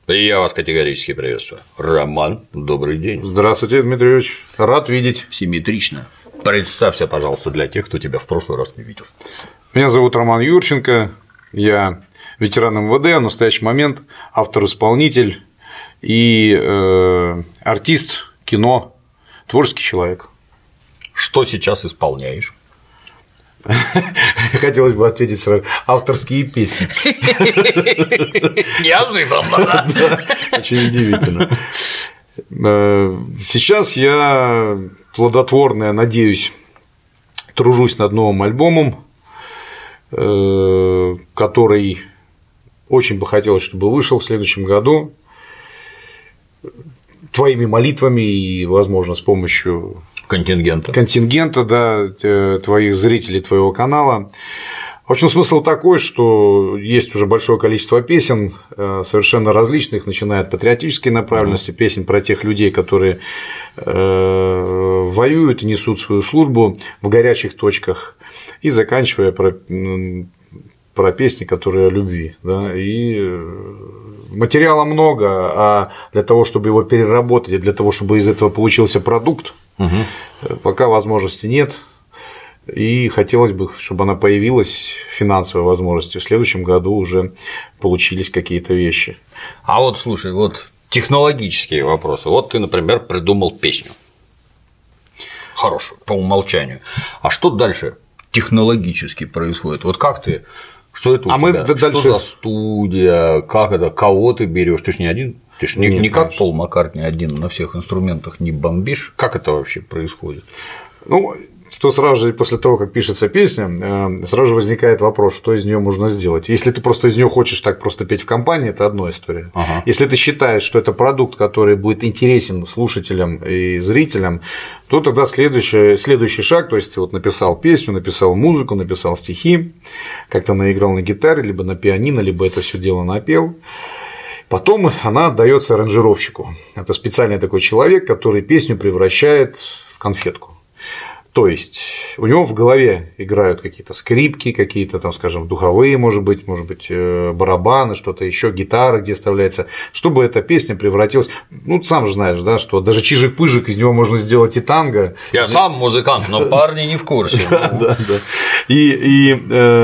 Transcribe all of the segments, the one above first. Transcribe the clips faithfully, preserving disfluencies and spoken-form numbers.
Я вас категорически приветствую. Роман, добрый день. Здравствуйте, Дмитрий Юрьевич. Рад видеть. Симметрично. Представься, пожалуйста, для тех, кто тебя в прошлый раз не видел. Меня зовут Роман Юрченко. Я ветеран эм вэ дэ, в настоящий момент автор-исполнитель и э, артист кино, творческий человек. Что сейчас исполняешь? Хотелось бы ответить сразу. Авторские песни. Неожиданно, да? Очень удивительно. Сейчас я плодотворно, я надеюсь, тружусь над новым альбомом, который очень бы хотелось, чтобы вышел в следующем году. Твоими молитвами и, возможно, с помощью контингента, контингента, да, твоих зрителей, твоего канала. В общем, смысл такой, что есть уже большое количество песен совершенно различных, начиная от патриотической направленности, mm-hmm. песен про тех людей, которые э, воюют и несут свою службу в горячих точках, и заканчивая про, про песни, которые о любви. Да, и материала много, а для того, чтобы его переработать, и для того, чтобы из этого получился продукт, угу. пока возможности нет. И хотелось бы, чтобы она появилась, финансовые возможности, в следующем году уже получились какие-то вещи. А вот слушай, вот технологические вопросы. Вот ты, например, придумал песню. Хорошую, по умолчанию. А что дальше технологически происходит? Вот как ты. Что это у а тебя? Мы дальше... Что за студия? Как это? Кого ты берешь? Ты же не один? Ты же не, не как Пол Маккартни один на всех инструментах не бомбишь? Как это вообще происходит? Ну, то сразу же после того, как пишется песня, сразу же возникает вопрос, что из нее можно сделать. Если ты просто из нее хочешь так просто петь в компании, это одна история. Ага. Если ты считаешь, что это продукт, который будет интересен слушателям и зрителям, то тогда следующий, следующий шаг, то есть ты вот написал песню, написал музыку, написал стихи, как-то наиграл на гитаре, либо на пианино, либо это все дело напел. Потом она отдается аранжировщику. Это специальный такой человек, который песню превращает в конфетку. То есть у него в голове играют какие-то скрипки, какие-то там, скажем, духовые, может быть, может быть, барабаны, что-то еще, гитара, где вставляется, чтобы эта песня превратилась. Ну, ты сам же знаешь, да, что даже чижик-пыжик, из него можно сделать и танго. Я сам музыкант, но парни не в курсе. Да, да, да. И, и,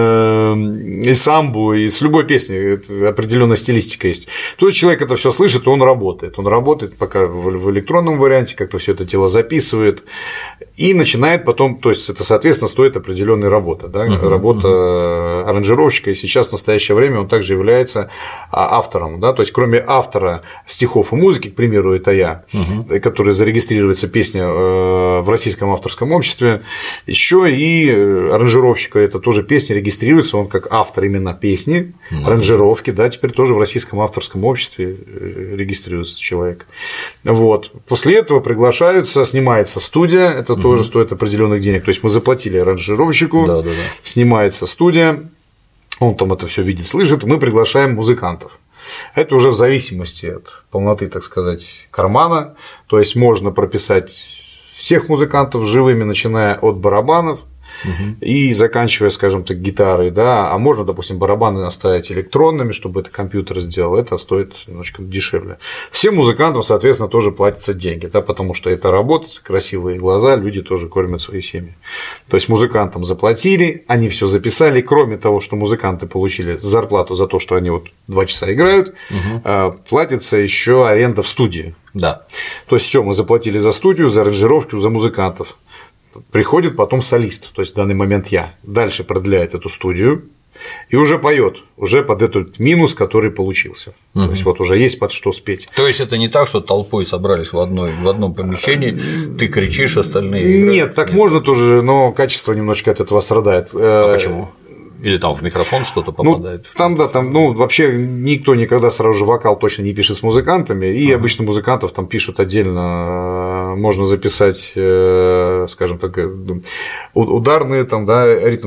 и самбу, и с любой песней определенная стилистика есть. То есть человек это все слышит, и он работает. Он работает пока в электронном варианте, как-то все это дело записывает и начинает потом, то есть это, соответственно, стоит определенная работа, да, uh-huh, работа uh-huh. аранжировщика, и сейчас в настоящее время он также является автором, да, то есть кроме автора стихов и музыки, к примеру, это я, uh-huh. который зарегистрируется песня в Российском авторском обществе, еще и аранжировщика, это тоже песня регистрируется, он как автор именно песни, uh-huh. аранжировки, да, теперь тоже в Российском авторском обществе регистрируется человек. Вот. После этого приглашаются, снимается студия, это uh-huh. тоже стоит определенных денег. То есть мы заплатили аранжировщику, да, да, да. снимается студия, он там это все видит, слышит, мы приглашаем музыкантов. Это уже в зависимости от полноты, так сказать, кармана. То есть можно прописать всех музыкантов живыми, начиная от барабанов. Угу. И заканчивая, скажем так, гитарой, да, а можно, допустим, барабаны оставить электронными, чтобы это компьютер сделал, это стоит немножко дешевле. Всем музыкантам, соответственно, тоже платятся деньги, да, потому что это работа, красивые глаза, люди тоже кормят свои семьи. То есть музыкантам заплатили, они все записали, кроме того, что музыканты получили зарплату за то, что они вот два часа играют, угу. платится еще аренда в студии. Да. То есть все, мы заплатили за студию, за аранжировку, за музыкантов. Приходит потом солист, то есть в данный момент я, дальше продляет эту студию и уже поет, уже под этот минус, который получился. Угу. То есть вот уже есть под что спеть. То есть это не так, что толпой собрались в, одной, в одном помещении, ты кричишь, остальные играют? Нет, так Нет. можно тоже, но качество немножко от этого страдает. А почему? Или там в микрофон что-то попадает? Ну, там, да, там, ну, вообще никто никогда сразу же вокал точно не пишет с музыкантами, и uh-huh. обычно музыкантов там пишут отдельно, можно записать, скажем так, ударные, там, да,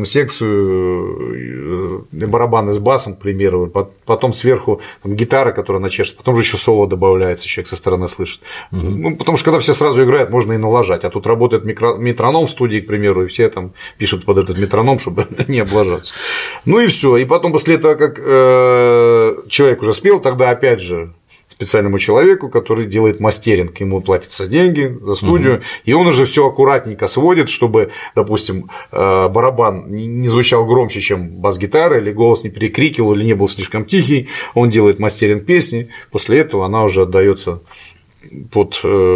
ритм-секцию, барабаны с басом, к примеру, потом сверху там, гитара, которая начешется, потом же еще соло добавляется, человек со стороны слышит. Uh-huh. Ну, потому что когда все сразу играют, можно и налажать, а тут работает микро... метроном в студии, к примеру, и все там пишут под этот метроном, чтобы не облажаться. Ну и все. И потом, после этого, как э, человек уже спел, тогда опять же специальному человеку, который делает мастеринг, ему платятся деньги за студию, угу. и он уже все аккуратненько сводит, чтобы, допустим, барабан не звучал громче, чем бас-гитара, или голос не перекрикивал, или не был слишком тихий, он делает мастеринг песни, после этого она уже отдается под,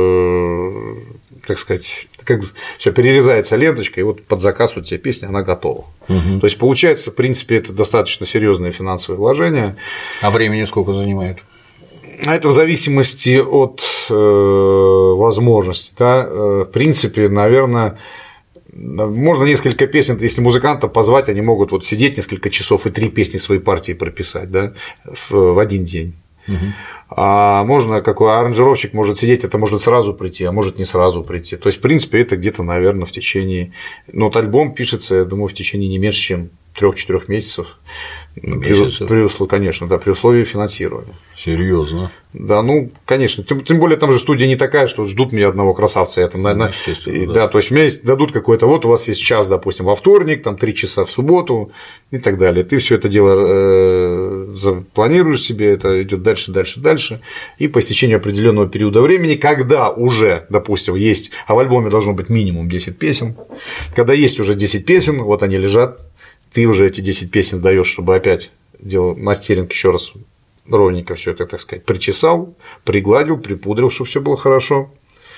так сказать, как все перерезается ленточкой, и вот под заказ у тебя песня, она готова. Угу. То есть получается, в принципе, это достаточно серьезные финансовые вложения. А времени сколько занимает? Это в зависимости от э, возможностей. Да? В принципе, наверное, можно несколько песен, если музыкантов позвать, они могут вот сидеть несколько часов и три песни своей партии прописать, да, в, в один день. Угу. А можно, какой аранжировщик может сидеть, это может сразу прийти, а может не сразу прийти. То есть, в принципе, это где-то, наверное, в течение. Ну, вот альбом пишется, я думаю, в течение не меньше, чем трех-четырех месяцев. Месяцев? При условии, конечно, да, при условии финансирования. Серьезно? Да, ну, конечно. Тем, тем более, там же студия не такая, что ждут меня одного красавца. Я там, ну, на... и, да. да, то есть, у меня есть, дадут какой-то, вот у вас есть час, допустим, во вторник, там три часа в субботу и так далее. Ты все это дело э, запланируешь себе, это идет дальше, дальше, дальше. И по истечению определенного периода времени, когда уже, допустим, есть, а в альбоме должно быть минимум десять песен, когда есть уже десять песен, вот они лежат, ты уже эти десять песен даешь, чтобы опять делал мастеринг еще раз ровненько все это, так сказать, причесал, пригладил, припудрил, чтобы все было хорошо.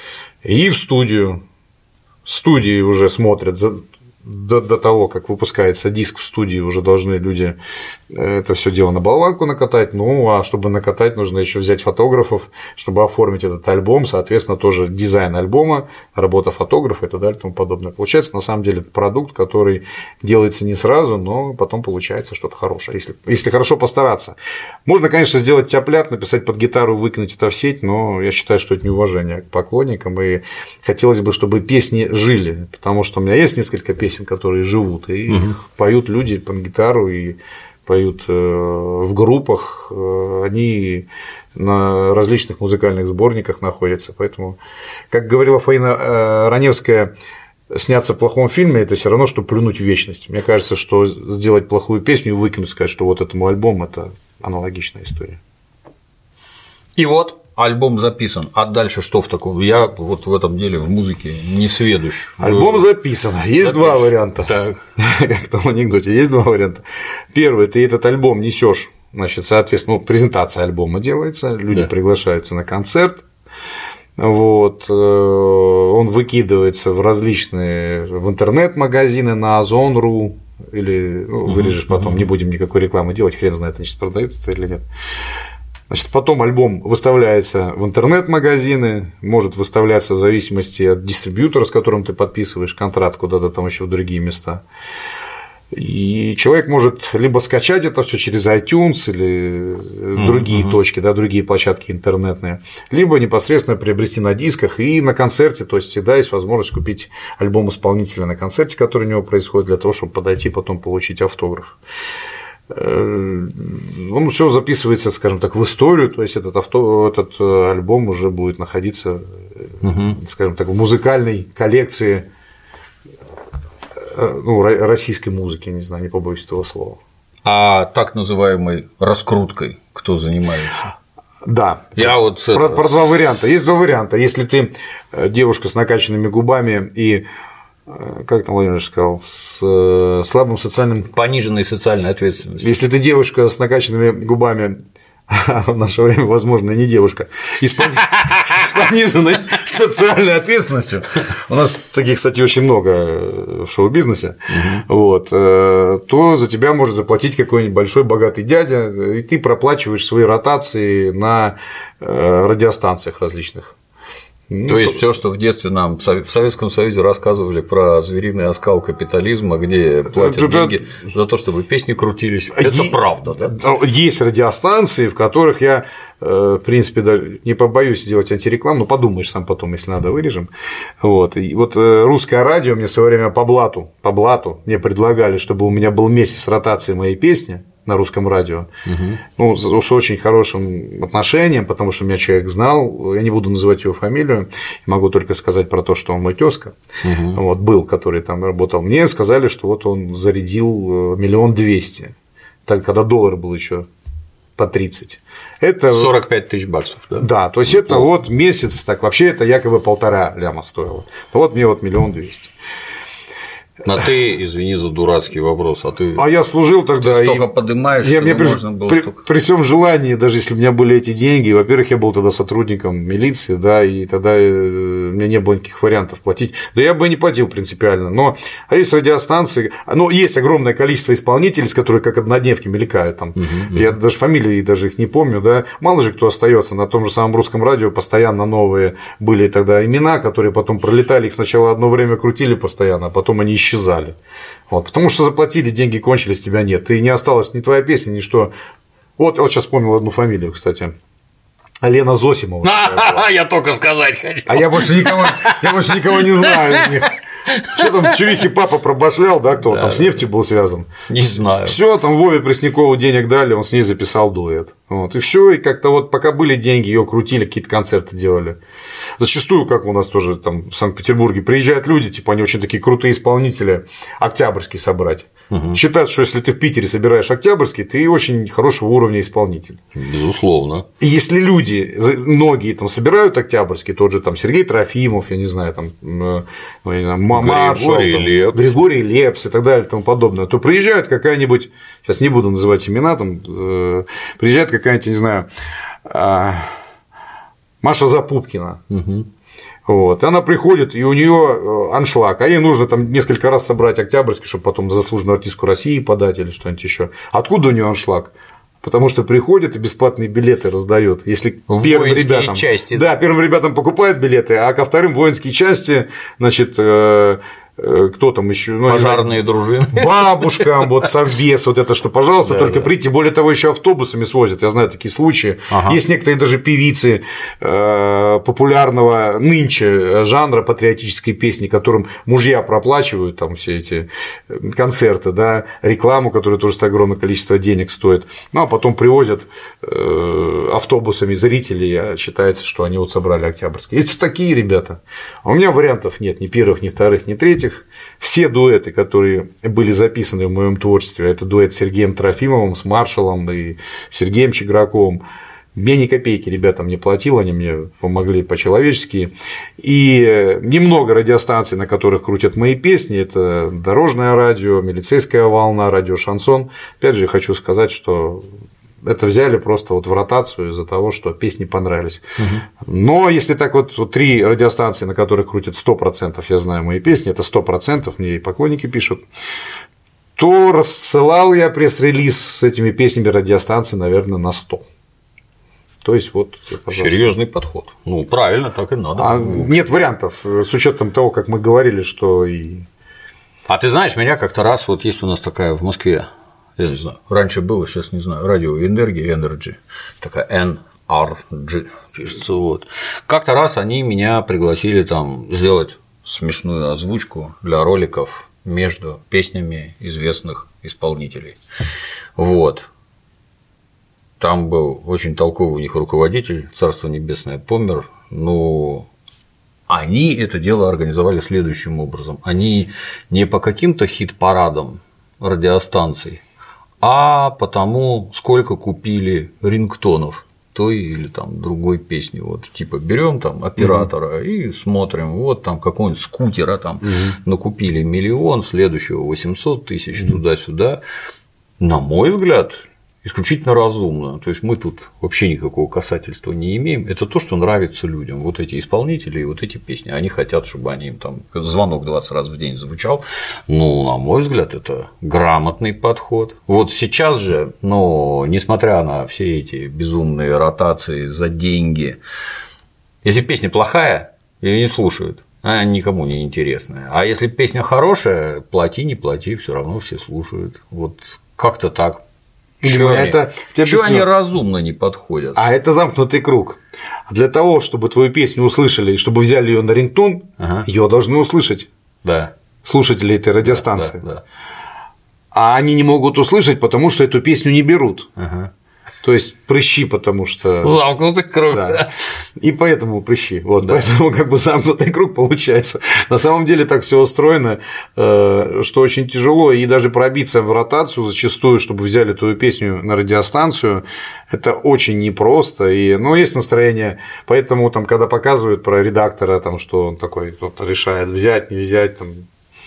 И в студию. В студии уже смотрят за... до, до того, как выпускается диск в студии, уже должны люди это все дело на болванку накатать. Ну, а чтобы накатать, нужно еще взять фотографов, чтобы оформить этот альбом, соответственно, тоже дизайн альбома, работа фотографа и так далее и тому подобное. Получается, на самом деле, это продукт, который делается не сразу, но потом получается что-то хорошее, если, если хорошо постараться. Можно, конечно, сделать тяп-ляп, написать под гитару, выкинуть это в сеть, но я считаю, что это неуважение к поклонникам, и хотелось бы, чтобы песни жили, потому что у меня есть несколько песен, которые живут, и угу. их поют люди под гитару, и поют в группах, они на различных музыкальных сборниках находятся. Поэтому, как говорила Фаина Раневская, сняться в плохом фильме – это все равно, что плюнуть в вечность. Мне кажется, что сделать плохую песню и выкинуть, сказать, что вот этому альбому – это аналогичная история. И вот альбом записан, а дальше что в таком? Я вот в этом деле в музыке не сведущ. Альбом записан, есть Запишешь. два варианта. Так. Как в том анекдоте, есть два варианта. Первый, ты этот альбом несешь, значит, соответственно, ну, презентация альбома делается, люди да. приглашаются на концерт. Вот, он выкидывается в различные в интернет-магазины, на Озон точка ру, или ну, вырежешь uh-huh, потом, uh-huh. не будем никакой рекламы делать, хрен знает, они сейчас продают это или нет. Значит, потом альбом выставляется в интернет-магазины, может выставляться в зависимости от дистрибьютора, с которым ты подписываешь контракт куда-то там еще в другие места. И человек может либо скачать это все через iTunes или другие uh-huh. точки, да, другие площадки интернетные, либо непосредственно приобрести на дисках и на концерте, то есть всегда есть возможность купить альбом исполнителя на концерте, который у него происходит, для того, чтобы подойти потом получить автограф. Он все записывается, скажем так, в историю, то есть этот, авто, этот альбом уже будет находиться, угу. скажем так, в музыкальной коллекции ну, российской музыки, не знаю, не побоюсь этого слова. А так называемой раскруткой кто занимается? Да, я вот про, этого... про два варианта. Есть два варианта. Если ты девушка с накачанными губами и как там Владимир сказал, с слабым социальным… Пониженной социальной ответственностью. Если ты девушка с накачанными губами, а в наше время, возможно, не девушка, и с пониженной социальной ответственностью, у нас таких, кстати, очень много в шоу-бизнесе, вот, то за тебя может заплатить какой-нибудь большой богатый дядя, и ты проплачиваешь свои ротации на радиостанциях различных. Ну, То есть все, что в детстве нам в Советском Союзе рассказывали про звериный оскал капитализма, где платят это, деньги за то, чтобы песни крутились, это е... правда, да? Есть радиостанции, в которых я, в принципе, даже не побоюсь делать антирекламу, но подумаешь сам потом, если надо, вырежем. Вот, и вот русское радио мне в свое время по блату, по блату мне предлагали, чтобы у меня был месяц ротации моей песни на русском радио, угу. ну, с очень хорошим отношением, потому что меня человек знал, я не буду называть его фамилию, могу только сказать про то, что он мой тезка, угу. вот, был, который там работал. Мне сказали, что вот он зарядил миллион двести, так, когда доллар был еще по тридцать. Это сорок пять тысяч баксов, да? Да, то есть это вот месяц, так вообще это якобы полтора ляма стоило. Вот мне вот миллион двести. А ты, извини за дурацкий вопрос, а ты. А я служил тогда. Ты столько и... поднимаешь, я, что при... можно было при... столько. При всем желании, даже если у меня были эти деньги, во-первых, я был тогда сотрудником милиции, да, и тогда у меня не было никаких вариантов платить. Да я бы и не платил принципиально. Но а есть радиостанции, ну, есть огромное количество исполнителей, с которых как однодневки мелькают там. Uh-huh, я uh-huh. даже фамилии даже их не помню, да. Мало же кто остается на том же самом Русском радио, постоянно новые были тогда имена, которые потом пролетали, их сначала одно время крутили постоянно, а потом они исчезали. Вот, потому что заплатили, деньги кончились, тебя нет. И не осталось ни твоя песня, ни что. Вот, вот сейчас вспомнил одну фамилию, кстати. Лена Зосимова. Я только сказать хотел. А я больше никого, я больше никого не знаю из них. Что там, Чувихи папа пробашлял, да, кто да, там с нефтью был связан? Не знаю. Все, там Вове Преснякову денег дали, он с ней записал дуэт. Вот, и все, и как-то вот пока были деньги, ее крутили, какие-то концерты делали. Зачастую, как у нас тоже там в Санкт-Петербурге, приезжают люди, типа они очень такие крутые исполнители, Октябрьский собрать. Угу. Считается, что если ты в Питере собираешь Октябрьский, ты очень хорошего уровня исполнитель. Безусловно. И если люди, многие там собирают Октябрьский, тот же там Сергей Трофимов, я не знаю, там, ну, я не знаю, Маршал, Григорий там, Лепс. Григорий Лепс и так далее и тому подобное, то приезжает какая-нибудь, сейчас не буду называть имена, там, э, приезжает какая-нибудь, не знаю, э, Маша Запупкина. Угу. Вот. И она приходит, и у нее аншлаг, а ей нужно там несколько раз собрать Октябрьский, чтобы потом заслуженную артистку России подать или что-нибудь еще. Откуда у нее аншлаг? Потому что приходит и бесплатные билеты раздает. Если первым ребятам, части. Да, первым ребятам покупают билеты, а ко вторым воинские части, значит, кто там еще? Ну, пожарные дружины. Бабушкам, вот совбез, вот это что, пожалуйста, да, только да. Прийти. Более того, еще автобусами свозят. Я знаю такие случаи. Ага. Есть некоторые даже певицы э, популярного нынче жанра патриотической песни, которым мужья проплачивают там все эти концерты, да, рекламу, которая тоже огромное количество денег стоит. Ну, а потом привозят э, автобусами зрителей, а считается, что они вот собрали Октябрьский. Есть такие ребята. А у меня вариантов нет ни первых, ни вторых, ни третьих. Все дуэты, которые были записаны в моем творчестве, это дуэт с Сергеем Трофимовым, с Маршалом и Сергеем Чиграковым. Мне ни копейки ребятам не платил, они мне помогли по-человечески. И немного радиостанций, на которых крутят мои песни, это Дорожное радио, Милицейская волна, радио Шансон. Опять же, хочу сказать, что это взяли просто вот в ротацию из-за того, что песни понравились. Угу. Но если так вот, вот три радиостанции, на которых крутят сто процентов, я знаю мои песни, это сто процентов, мне и поклонники пишут, то рассылал я пресс-релиз с этими песнями радиостанции, наверное, на сто. То есть, вот, серьезный подход. Ну, правильно, так и надо. А нет вариантов, с учетом того, как мы говорили, что и. А ты знаешь, меня как-то раз, вот есть у нас такая в Москве. Я не знаю, раньше было, сейчас не знаю, радио Энергия, Energy, такая эн ар джи пишется, вот. Как-то раз они меня пригласили там сделать смешную озвучку для роликов между песнями известных исполнителей, вот. Там был очень толковый у них руководитель, царство небесное, помер, но они это дело организовали следующим образом, они не по каким-то хит-парадам радиостанций, а потому, сколько купили рингтонов той или там другой песни. Вот типа берем там оператора mm-hmm. и смотрим, вот там какого-нибудь скутера там mm-hmm. накупили миллион, следующего восемьсот тысяч mm-hmm. туда-сюда. На мой взгляд, исключительно разумно. То есть мы тут вообще никакого касательства не имеем. Это то, что нравится людям. Вот эти исполнители и вот эти песни. Они хотят, чтобы они им там звонок двадцать раз в день звучал. Ну, на мой взгляд, это грамотный подход. Вот сейчас же, ну, несмотря на все эти безумные ротации за деньги, если песня плохая, ее не слушают. Она никому не интересная. А если песня хорошая, плати, не плати, все равно все слушают. Вот как-то так. Чего они, это, они разумно не подходят? А это замкнутый круг. Для того, чтобы твою песню услышали и чтобы взяли ее на рингтон, ага. ее должны услышать да. слушатели этой радиостанции. Да, да, да. А они не могут услышать, потому что эту песню не берут. Ага. То есть прыщи, потому что… Замкнутый круг. Да. И поэтому прыщи. Вот, да. Поэтому как бы замкнутый круг получается. На самом деле так все устроено, что очень тяжело, и даже пробиться в ротацию зачастую, чтобы взяли твою песню на радиостанцию, это очень непросто. И, ну, есть настроение. Поэтому, там, когда показывают про редактора, там, что он такой кто-то решает взять, не взять, там,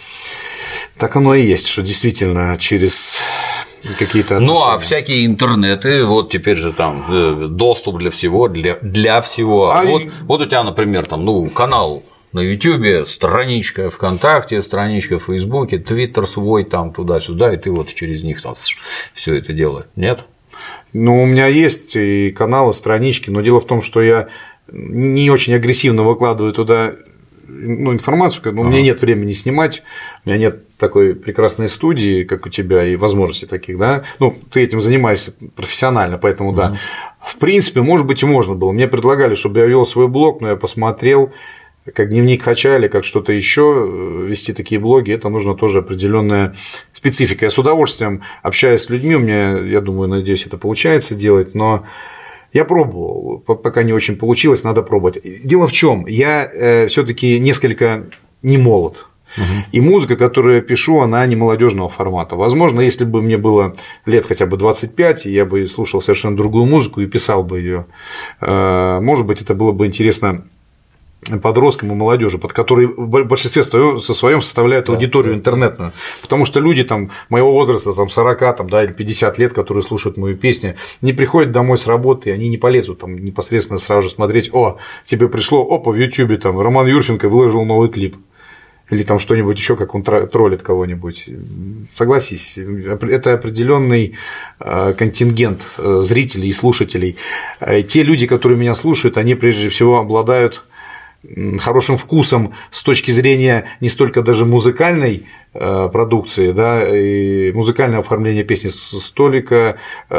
так оно и есть, что действительно через какие-то отношения. Ну, а всякие интернеты, вот теперь же там доступ для всего, для, для всего. А вот, и... вот у тебя, например, там, ну, канал на Ютубе, страничка ВКонтакте, страничка в Фейсбуке, Твиттер свой, там туда-сюда, и ты вот через них там все это делаешь. Нет? Ну, у меня есть и каналы, странички, но дело в том, что я не очень агрессивно выкладываю туда, ну, информацию, но ага. у меня нет времени снимать, у меня нет такой прекрасной студии, как у тебя, и возможностей таких, да, ну, ты этим занимаешься профессионально, поэтому, ага. да, в принципе, может быть, и можно было, мне предлагали, чтобы я вел свой блог, но я посмотрел, как дневник Хача или как что-то еще вести такие блоги, это нужно тоже определенная специфика. Я с удовольствием общаюсь с людьми, у меня, я думаю, надеюсь, это получается делать, но я пробовал, пока не очень получилось, надо пробовать. Дело в чем, я все-таки несколько не молод. Угу. И музыка, которую я пишу, она не молодежного формата. Возможно, если бы мне было лет хотя бы двадцать пять, я бы слушал совершенно другую музыку и писал бы ее. Может быть, это было бы интересно подросткам и молодежи, под которые в большинстве своем составляют да, аудиторию да. интернетную, потому что люди там моего возраста, там сорок там, да, или пятьдесят лет, которые слушают мою песню, не приходят домой с работы, и они не полезут там непосредственно сразу же смотреть, о, тебе пришло, опа, в Ютубе там Роман Юрченко выложил новый клип. Или там что-нибудь еще, как он троллит кого-нибудь. Согласись, это определенный контингент зрителей и слушателей. Те люди, которые меня слушают, они прежде всего обладают хорошим вкусом с точки зрения не столько даже музыкальной продукции, да, и музыкального оформления песни, столько,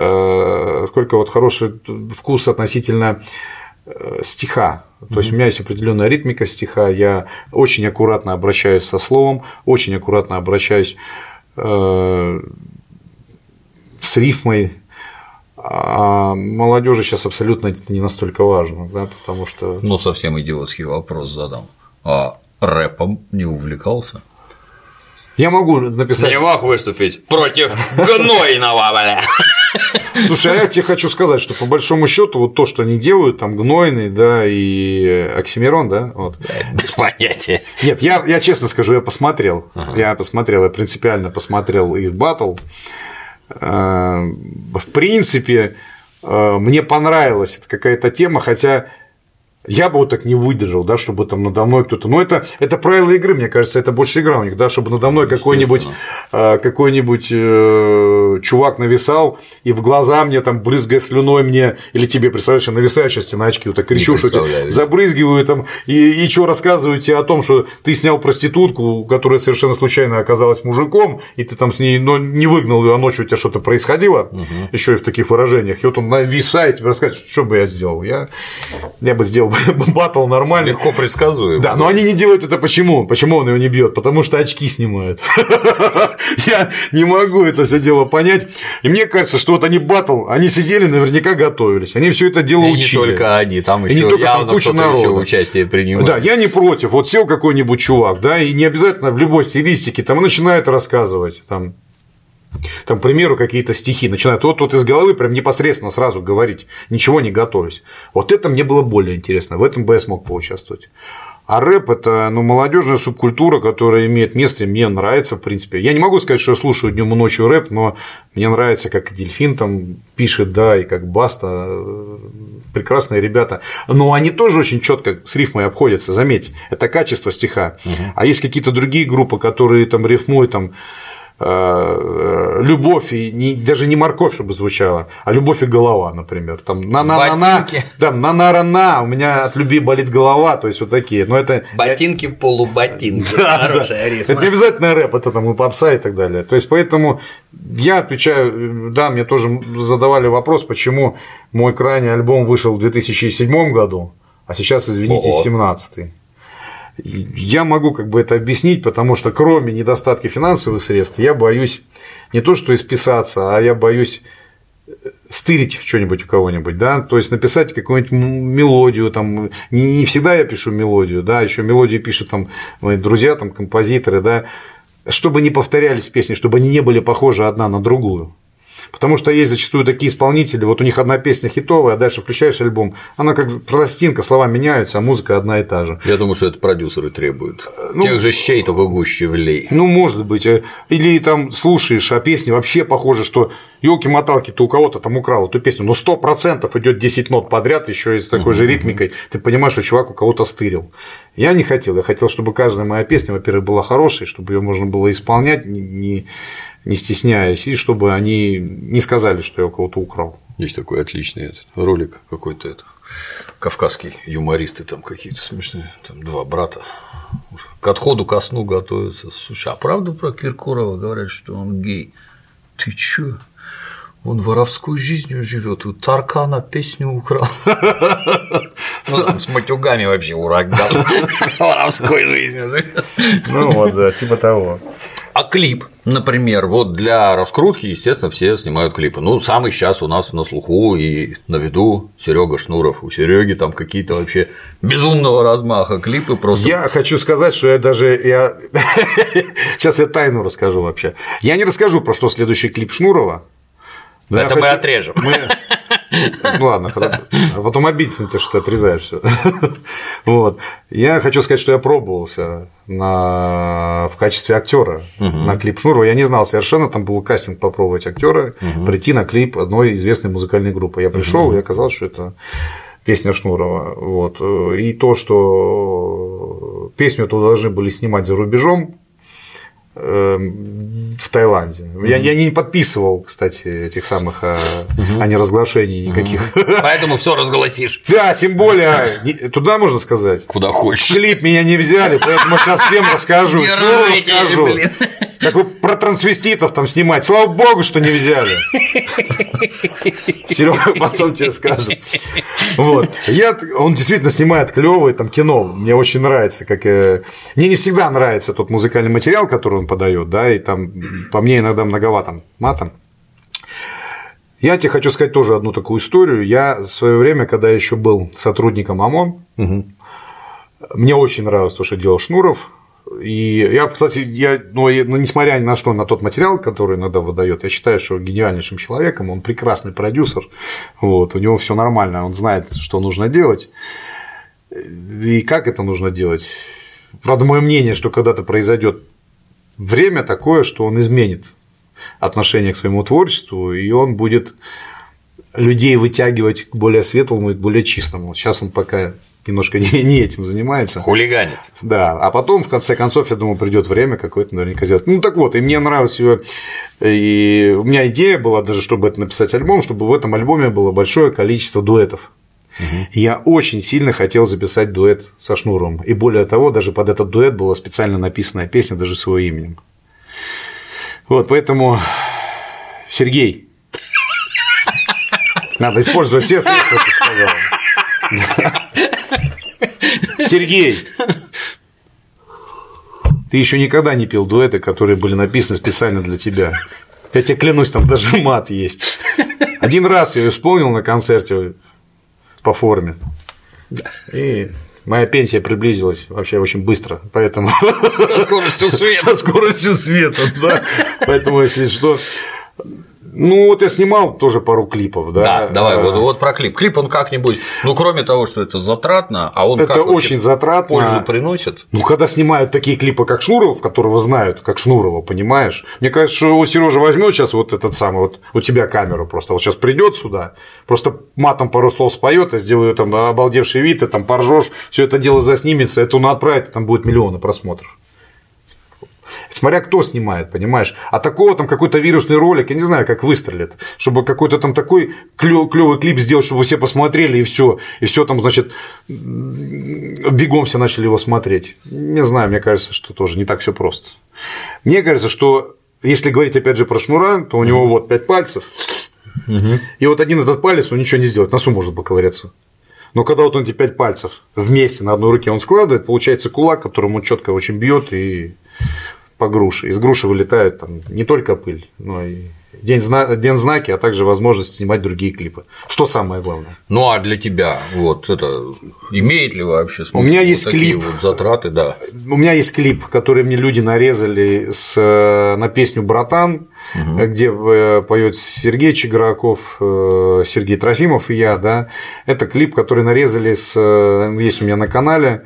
сколько вот хороший вкус относительно стиха. То есть у меня есть определенная ритмика стиха, я очень аккуратно обращаюсь со словом, очень аккуратно обращаюсь с рифмой. А молодежи сейчас абсолютно это не настолько важно, да, потому что… Ну, совсем идиотский вопрос задам. А рэпом не увлекался? Я могу написать… Не мог выступить против гнойного, бля. Слушай, а я тебе хочу сказать, что по большому счету вот то, что они делают, там Гнойный, да, и Оксимирон, да, вот. Без понятия. Нет, я, я честно скажу, я посмотрел, ага. я посмотрел, я принципиально посмотрел их баттл. В принципе, мне понравилась эта какая-то тема, хотя я бы вот так не выдержал, да, чтобы там надо мной кто-то. Но это, это правило игры, мне кажется, это больше игра у них, да, чтобы надо мной какой-нибудь, какой-нибудь э, чувак нависал, и в глаза мне там брызгая слюной мне, или тебе, представляешь, я нависаю сейчас на очки, вот так кричу, что тебе забрызгиваю там, и, и что рассказываю тебе о том, что ты снял проститутку, которая совершенно случайно оказалась мужиком, и ты там с ней, но не выгнал ее, а ночью у тебя что-то происходило, угу. еще и в таких выражениях, и вот он нависает, тебе рассказывает, что бы я сделал, я, я бы сделал баттл нормально. Легко предсказуемо. Да, но они не делают это почему? Почему он его не бьет? Потому что очки снимают. Я не могу это все дело понять. И мне кажется, что вот они баттл, они сидели, наверняка готовились. Они все это дело учили. И не только они, там еще явно кто-то еще участие принимает. Да, я не против. Вот сел какой-нибудь чувак, да, и не обязательно в любой стилистике там начинает рассказывать там. Там, к примеру, какие-то стихи начинают вот, вот из головы прям непосредственно сразу говорить, ничего не готовясь. Вот это мне было более интересно, в этом бы я смог поучаствовать. А рэп – это ну, молодежная субкультура, которая имеет место, и мне нравится, в принципе. Я не могу сказать, что я слушаю днем и ночью рэп, но мне нравится, как и Дельфин там пишет, да, и как Баста, прекрасные ребята. Но они тоже очень четко с рифмой обходятся, заметьте, это качество стиха. Угу. А есть какие-то другие группы, которые там рифмуют там. Любовь и не, даже не морковь, чтобы звучало, а любовь и голова, например. Там на на на на, да, на на на на, у меня от любви болит голова, то есть вот такие. Но это ботинки полуботинки. Да, хорошая да. рифма. Это не обязательно рэп, это там и попса и так далее. То есть поэтому я отвечаю, да, мне тоже задавали вопрос, почему мой крайний альбом вышел в две тысячи седьмом году, а сейчас, извините, семнадцатый. Я могу как бы это объяснить, потому что кроме недостатка финансовых средств я боюсь не то что исписаться, а я боюсь стырить что-нибудь у кого-нибудь, да, то есть написать какую-нибудь мелодию, там, не, не всегда я пишу мелодию, да, еще мелодии пишут там мои друзья, там, композиторы, да, чтобы не повторялись песни, чтобы они не были похожи одна на другую. Потому что есть зачастую такие исполнители, вот у них одна песня хитовая, а дальше включаешь альбом, она как пластинка, слова меняются, а музыка одна и та же. Я думаю, что это продюсеры требуют. Ну, тех же щей, только гуще влей. Ну, может быть. Или там слушаешь, а песни вообще похожи, что ёлки-моталки, ты у кого-то там украл эту песню, но сто процентов идет десять нот подряд, еще и с такой uh-huh. же ритмикой, ты понимаешь, что чувак у кого-то стырил. Я не хотел, я хотел, чтобы каждая моя песня, во-первых, была хорошей, чтобы ее можно было исполнять, не не стесняясь, и чтобы они не сказали, что я у кого-то украл. Есть такой отличный этот ролик какой-то, это кавказский, юмористы там какие-то смешные, там два брата уже к отходу ко сну готовятся. Слушай, а правда про Киркорова говорят, что он гей? Ты чё? Он воровской жизнью живет, у Таркана песню украл. Ну, там с матюгами вообще ураган. Воровской жизнью живет. Ну вот, да, типа того. А клип, например, вот для раскрутки, естественно, все снимают клипы. Ну, самый сейчас у нас на слуху и на виду Серега Шнуров. У Сереги там какие-то вообще безумного размаха клипы просто. Я хочу сказать, что я даже я... сейчас я тайну расскажу вообще. Я не расскажу, про что следующий клип Шнурова. Это мы хочу... отрежем. Мы... Ну ладно, хорошо. А потом обидится на тебя, что ты отрезаешь все. Вот. Я хочу сказать, что я пробовался на... в качестве актера угу. на клип Шнурова. Я не знал совершенно, там был кастинг попробовать актера, угу. прийти на клип одной известной музыкальной группы. Я пришел, угу. и оказалось, что это песня Шнурова. Вот. И то, что песню эту должны были снимать за рубежом, в Таиланде. Mm-hmm. Я, я не подписывал, кстати, этих самых mm-hmm. а не разглашений никаких. Mm-hmm. Поэтому все разгласишь. Да, тем более туда можно сказать. Куда хочешь. Клип меня не взяли, поэтому сейчас всем расскажу. Что расскажу? Как вы про трансвеститов там снимать. Слава богу, что не взяли. Серега потом тебе скажет. Вот. Я, он действительно снимает клевое там кино. Мне очень нравится, как мне не всегда нравится тот музыкальный материал, который он подает, да, и там по мне иногда многовато матом. Я тебе хочу сказать тоже одну такую историю. Я в свое время, когда еще был сотрудником ОМОН, угу. мне очень нравилось то, что делал Шнуров. И я, кстати, я, ну, ну, несмотря ни на что, на тот материал, который иногда выдает, я считаю, что гениальнейшим человеком, он прекрасный продюсер, вот, у него все нормально, он знает, что нужно делать и как это нужно делать. Правда, мое мнение, что когда-то произойдет время такое, что он изменит отношение к своему творчеству, и он будет людей вытягивать к более светлому и к более чистому. Сейчас он пока немножко не, не этим занимается. Хулиганит. Да, а потом, в конце концов, я думаю, придет время какое-то наверняка сделать. Ну, так вот, и мне нравилось его. И у меня идея была даже, чтобы это написать альбом, чтобы в этом альбоме было большое количество дуэтов. Угу. Я очень сильно хотел записать дуэт со Шнуровым. И более того, даже под этот дуэт была специально написанная песня даже с его именем. Вот, поэтому, Сергей, надо использовать все средства, что ты сказал. Сергей, ты еще никогда не пел дуэты, которые были написаны специально для тебя. Я тебе клянусь, там даже мат есть. Один раз я ее исполнил на концерте по форме. И моя пенсия приблизилась вообще очень быстро, поэтому… Со скоростью света. Со скоростью света, да. Поэтому, если что… Ну, вот я снимал тоже пару клипов, да. Да, давай, вот, вот про клип. Клип, он как-нибудь, ну, кроме того, что это затратно, а он это как очень затратно. Пользу приносит. Ну, когда снимают такие клипы, как Шнуров, которого знают, как Шнурова, понимаешь? Мне кажется, что у Сережи возьмет сейчас вот этот самый, вот у тебя камеру просто, вот сейчас придет сюда, просто матом пару слов споет, и сделаю там обалдевший вид, и там поржешь, все это дело заснимется, это он отправит, и там будет миллионы просмотров. Смотря кто снимает, понимаешь. А такого там какой-то вирусный ролик, я не знаю, как выстрелит, чтобы какой-то там такой клевый клип сделать, чтобы все посмотрели, и все, и все там, значит, бегом все начали его смотреть. Не знаю, мне кажется, что тоже не так все просто. Мне кажется, что если говорить опять же про Шнура, то у него вот пять пальцев, и вот один этот палец он ничего не сделает, носу может поковыряться. Но когда вот он эти пять пальцев вместе на одной руке он складывает, получается кулак, которым он четко очень бьет и по груше. Из груши вылетает там не только пыль, но и День, зна... День знаки, а также возможность снимать другие клипы. Что самое главное? Ну а для тебя вот это имеет ли вообще смысл? У меня есть вот такие клип. Вот затраты, да. У меня есть клип, который мне люди нарезали с... на песню «Братан», угу. где поет Сергей Чиграков, Сергей Трофимов и я, да. Это клип, который нарезали с... есть у меня на канале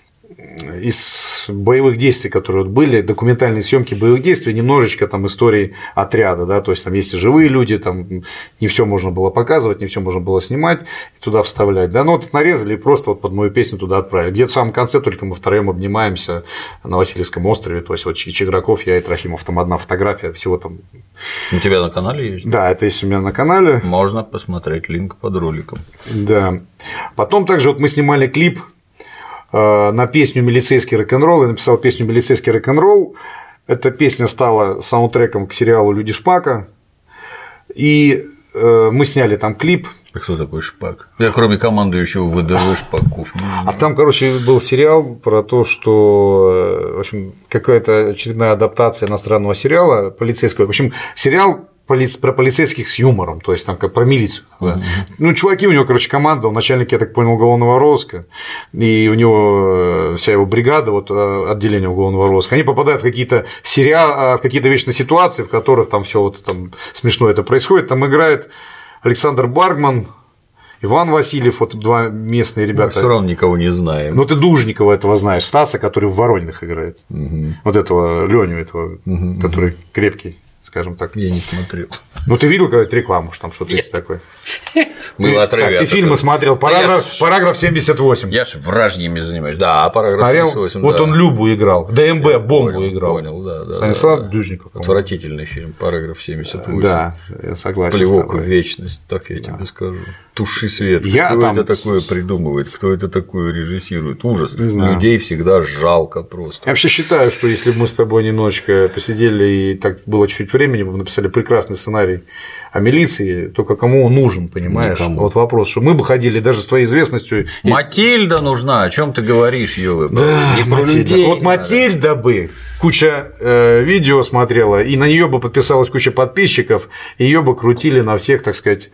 из боевых действий, которые вот были, документальные съемки боевых действий, немножечко там истории отряда, да, то есть там есть и живые люди, там не все можно было показывать, не все можно было снимать, туда вставлять, да, но вот нарезали и просто вот под мою песню туда отправили. Где-то в самом конце только мы втроем обнимаемся на Васильевском острове, то есть вот Чиграков, я и Трофимов, там одна фотография, всего там. У тебя на канале есть? Да, это есть у меня на канале. Можно посмотреть, линк под роликом. Да. Потом также вот мы снимали клип на песню «Милицейский рок-н-ролл». Я написал песню «Милицейский рок-н-ролл». Эта песня стала саундтреком к сериалу «Люди Шпака». И мы сняли там клип. А кто такой Шпак? Я кроме командующего ВДВ Шпаков. А там, короче, был сериал про то, что в общем, какая-то очередная адаптация иностранного сериала полицейского. В общем, сериал про полицейских с юмором, то есть там как про милицию. Да. Uh-huh. Ну, чуваки, у него, короче, команда, он начальник, я так понял, уголовного розыска, и у него вся его бригада, вот отделение уголовного розыска, они попадают в какие-то сериалы, в какие-то вечные ситуации, в которых там все вот там смешно это происходит. Там играет Александр Баргман, Иван Васильев, вот два местные ребята. Мы все равно никого не знаем. Ну, ты Дужникова этого знаешь, Стаса, который в Воронинах играет. Uh-huh. Вот этого Леню, этого, uh-huh. который крепкий. Скажем так. Я не смотрел. Ну, ты видел какую-то рекламу, что там что-то есть такое? Было отрыве. Ты фильмы смотрел, параграф семьдесят восемь. Я же вражьями занимаюсь. Да, а параграф семьдесят восемь. Вот он Любу играл, ДМБ бомбу играл. Понял, да, да. Станислав Дужников. Отвратительный фильм, параграф семьдесят восемь. Да, я согласен. Плевок в вечность, так я тебе скажу. Туши свет. Кто это такое придумывает, кто это такое режиссирует? Ужас. Людей всегда жалко просто. Я вообще считаю, что если бы мы с тобой немножечко посидели и так было чуть-чуть времени, мы написали прекрасный сценарий о милиции, только кому он нужен, понимаешь? Никому. Вот вопрос, что мы бы ходили даже с твоей известностью. Матильда нужна, о чем ты говоришь, Ёвы? Да, не про Матильда. людей. Вот Матильда бы куча э, видео смотрела, и на нее бы подписалась куча подписчиков, и ее бы крутили на всех, так сказать,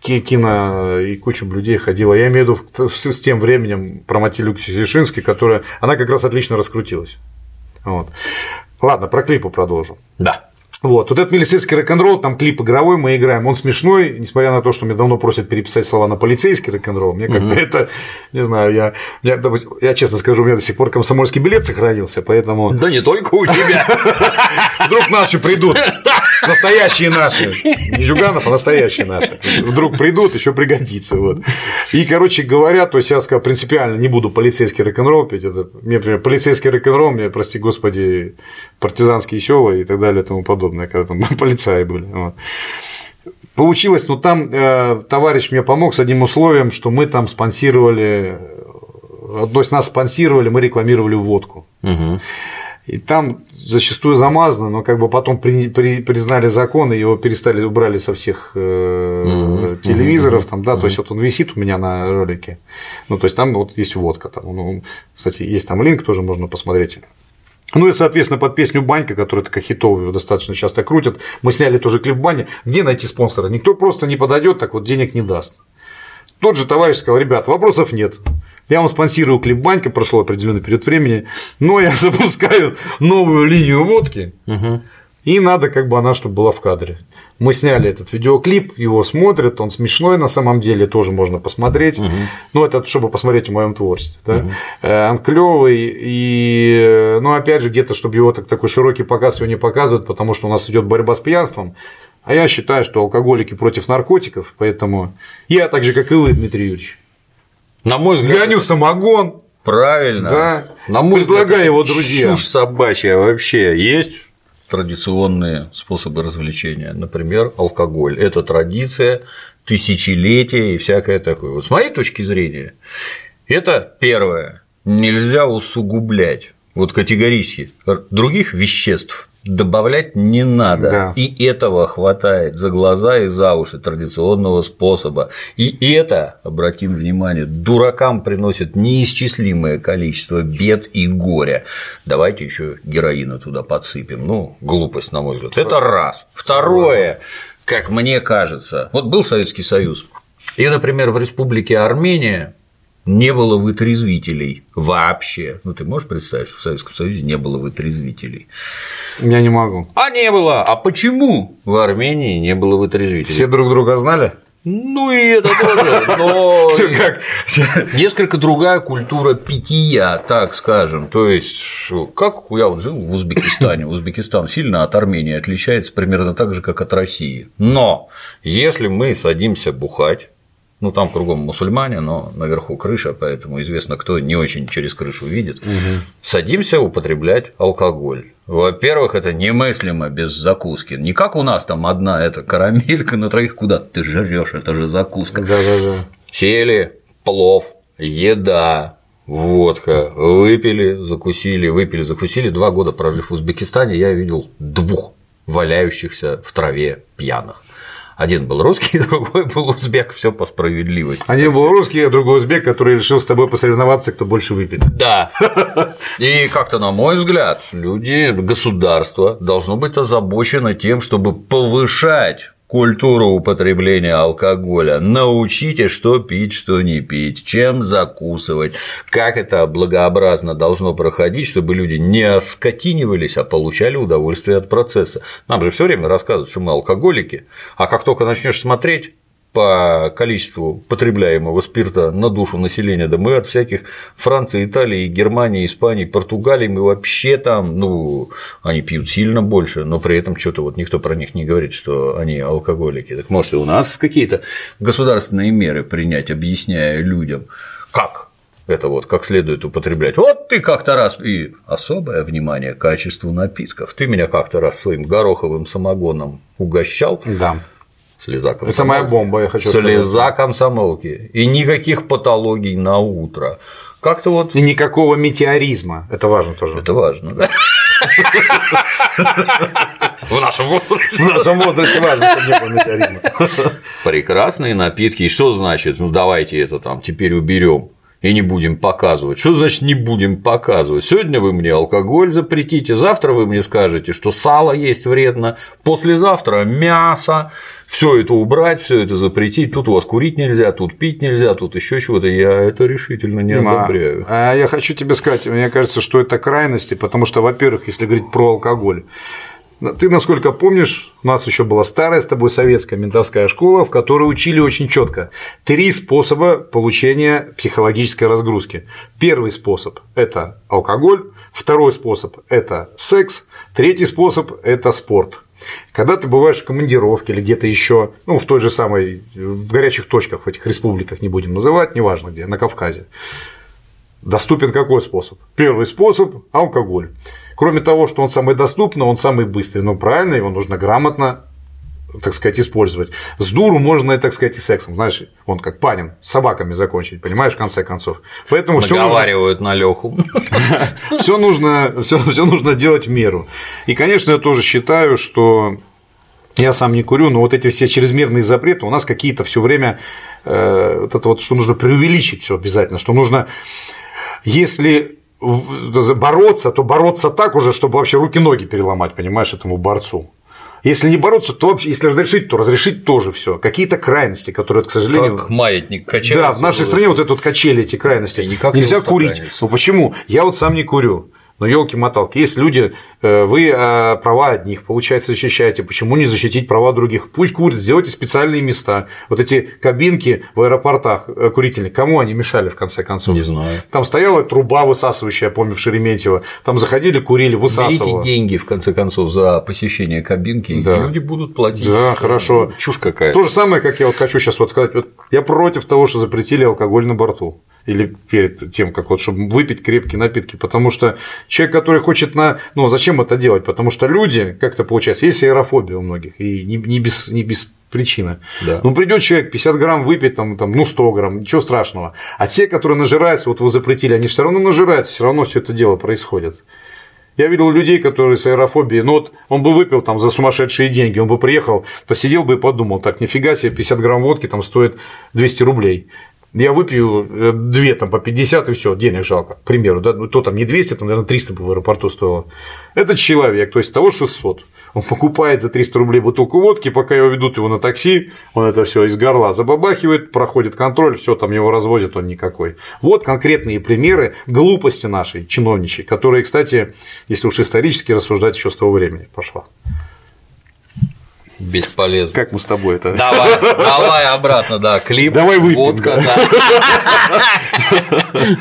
кино, и куча людей ходила. Я имею в виду с тем временем про Матильду Ксишинский, которая, она как раз отлично раскрутилась. Вот. Ладно, про клипы продолжу. Да. Вот, вот этот «Милицейский рок-н-ролл», там клип игровой мы играем, он смешной, несмотря на то, что меня давно просят переписать слова на «полицейский рок-н-ролл», мне как-то mm-hmm. это, не знаю, я, я, я честно скажу, у меня до сих пор комсомольский билет сохранился, поэтому… Да не только у тебя. Вдруг наши придут, настоящие наши, не Жуганов, а настоящие наши, вдруг придут, еще пригодится, вот. И, короче говоря, то есть я сказал, принципиально не буду полицейский рок-н-ролл петь, это, мне, например, полицейский рок-н-ролл, мне, прости господи, партизанские села и так далее и тому подобное, когда там полицаи были. Вот. Получилось, но там э, товарищ мне помог с одним условием, что мы там спонсировали, то есть нас спонсировали, мы рекламировали водку. Угу. И там зачастую замазано, но как бы потом при, при, признали закон, и его перестали, убрали со всех э, mm-hmm. телевизоров, там, да, mm-hmm. то есть вот он висит у меня на ролике, ну, то есть там вот есть водка, там, ну, кстати, есть там линк, тоже можно посмотреть. Ну и, соответственно, под песню «Банька», которая такая хитовая, достаточно часто крутят, мы сняли тоже клип в бане. Где найти спонсора? Никто просто не подойдет, так вот денег не даст. Тот же товарищ сказал: ребят, вопросов нет. Я вам спонсирую клип «Банька», прошло определенный период времени, но я запускаю новую линию водки, угу. и надо, как бы она, чтобы была в кадре. Мы сняли этот видеоклип, его смотрят, он смешной на самом деле, тоже можно посмотреть. Угу. Ну, это чтобы посмотреть в моем творчестве. Да? Угу. Он клевый, и, ну, опять же, где-то, чтобы его так, такой широкий показ его не показывают, потому что у нас идет борьба с пьянством. А я считаю, что алкоголики против наркотиков, поэтому я так же, как и вы, Дмитрий Юрьевич. На мой взгляд, гоню самогон. Правильно. Да. На мой предлагаю взгляд, его друзьям. Чушь собачья вообще. Есть традиционные способы развлечения, например, алкоголь. Это традиция, тысячелетия и всякое такое. Вот с моей точки зрения, это первое. Нельзя усугублять вот категорически других веществ добавлять не надо. Да. И этого хватает за глаза и за уши традиционного способа. И это, обратим внимание, дуракам приносит неисчислимое количество бед и горя. Давайте еще героина туда подсыпем. Ну, глупость, на мой взгляд. Это раз. Второе, как мне кажется, вот был Советский Союз, и, например, в Республике Армения не было вытрезвителей вообще. Ну, ты можешь представить, что в Советском Союзе не было вытрезвителей? Я не могу. А не было. А почему в Армении не было вытрезвителей? Все друг друга знали? Ну, и это тоже, но несколько другая культура питья, так скажем. То есть, как я вот жил в Узбекистане, Узбекистан сильно от Армении отличается примерно так же, как от России. Но если мы садимся бухать, ну, там кругом мусульмане, но наверху крыша, поэтому известно, кто не очень через крышу видит. Угу. Садимся употреблять алкоголь. Во-первых, это немыслимо без закуски. Не как у нас там одна эта карамелька на троих, куда ты жрёшь, это же закуска. Да-да-да. Сели, плов, еда, водка, выпили, закусили, выпили, закусили. Два года прожив в Узбекистане, я видел двух валяющихся в траве пьяных. Один был русский, другой был узбек, все по справедливости. Один был русский, а другой узбек, который решил с тобой посоревноваться, кто больше выпьет. Да. И как-то, на мой взгляд, люди, государство должно быть озабочено тем, чтобы повышать культуру употребления алкоголя. Научите, что пить, что не пить, чем закусывать, как это благообразно должно проходить, чтобы люди не оскотинивались, а получали удовольствие от процесса. Нам же все время рассказывают, что мы алкоголики, а как только начнешь смотреть по количеству потребляемого спирта на душу населения, да мы от всяких Франции, Италии, Германии, Испании, Португалии, мы вообще там, ну, они пьют сильно больше, но при этом что-то вот никто про них не говорит, что они алкоголики. Так может, и у нас какие-то государственные меры принять, объясняя людям, как это вот как следует употреблять. Вот ты как-то раз, и особое внимание к качеству напитков. Ты меня как-то раз своим гороховым самогоном угощал. Да. Слеза комсомолки. Это моя бомба, я хочу сказать. Слеза комсомолки. И никаких патологий на утро. Как-то вот. И никакого метеоризма. Это важно тоже. Это важно, да. В нашем возрасте. В нашем возрасте важно, чтобы не было метеоризма. Прекрасные напитки. И что значит? Ну, давайте это там теперь уберем. И не будем показывать. Что значит не будем показывать? Сегодня вы мне алкоголь запретите, завтра вы мне скажете, что сало есть вредно, послезавтра мясо, все это убрать, все это запретить. Тут у вас курить нельзя, тут пить нельзя, тут еще чего-то. Я это решительно не Дима, одобряю. А я хочу тебе сказать, мне кажется, что это крайности, потому что, во-первых, если говорить про алкоголь. Ты, насколько помнишь, у нас еще была старая с тобой советская ментовская школа, в которой учили очень четко три способа получения психологической разгрузки. Первый способ – это алкоголь, второй способ – это секс, третий способ – это спорт. Когда ты бываешь в командировке или где-то еще, ну, в той же самой, в горячих точках, в этих республиках, не будем называть, неважно где, на Кавказе, доступен какой способ? Первый способ – алкоголь. Кроме того, что он самый доступный, он самый быстрый. Но правильно, его нужно грамотно, так сказать, использовать. С дуру можно, так сказать, и сексом. Знаешь, он как Панин, с собаками закончить, понимаешь, в конце концов. Поэтому наговаривают нужно... на Лёху. Все нужно, все, все нужно делать в меру. И, конечно, я тоже считаю, что я сам не курю, но вот эти все чрезмерные запреты у нас какие-то все время э, вот это вот, что нужно преувеличить все обязательно, что нужно, если бороться, то бороться так уже, чтобы вообще руки-ноги переломать, понимаешь, этому борцу. Если не бороться, то вообще, если разрешить, то разрешить тоже все. Какие-то крайности, которые, к сожалению. Как маятник качается. Да, в нашей стране вот это вот качели, эти крайности. Нельзя курить. Ну почему? Я вот сам не курю. Но ёлки-моталки, есть люди, вы права одних, получается, защищаете, почему не защитить права других? Пусть курят, сделайте специальные места. Вот эти кабинки в аэропортах курительные, кому они мешали в конце концов? Не знаю. Там стояла труба высасывающая, я помню, в Шереметьево, там заходили, курили, высасывало. Берите деньги, в конце концов, за посещение кабинки, да. И люди будут платить. Да, хорошо. Чушь какая-то. То же самое, как я вот хочу сейчас вот сказать, вот я против того, что запретили алкоголь на борту. Или перед тем, как вот, чтобы выпить крепкие напитки, потому что человек, который хочет на… Ну, зачем это делать? Потому что люди, как-то получается, есть аэрофобия у многих, и не, не, без, не без причины. Да. Ну, придет человек пятьдесят грамм выпить, там, там, ну, сто грамм, ничего страшного. А те, которые нажираются, вот вы запретили, они же все равно нажираются, все равно все это дело происходит. Я видел людей, которые с аэрофобией, ну вот он бы выпил там за сумасшедшие деньги, он бы приехал, посидел бы и подумал, так, нифига себе, пятьдесят грамм водки там стоит двести рублей. Я выпью две там по пятьдесят и все, денег жалко, к примеру, да, ну то там не двести, там, наверное, триста бы в аэропорту стоило. Этот человек, то есть того шестьсот, он покупает за триста рублей бутылку водки, пока его ведут его на такси, он это все из горла забабахивает, проходит контроль, все там его развозят, он никакой. Вот конкретные примеры глупости нашей чиновничьей, которые, кстати, если уж исторически рассуждать, еще с того времени пошла. Бесполезно. Как мы с тобой это? Давай, давай обратно, да, клип, давай выпьем, водка, да. да.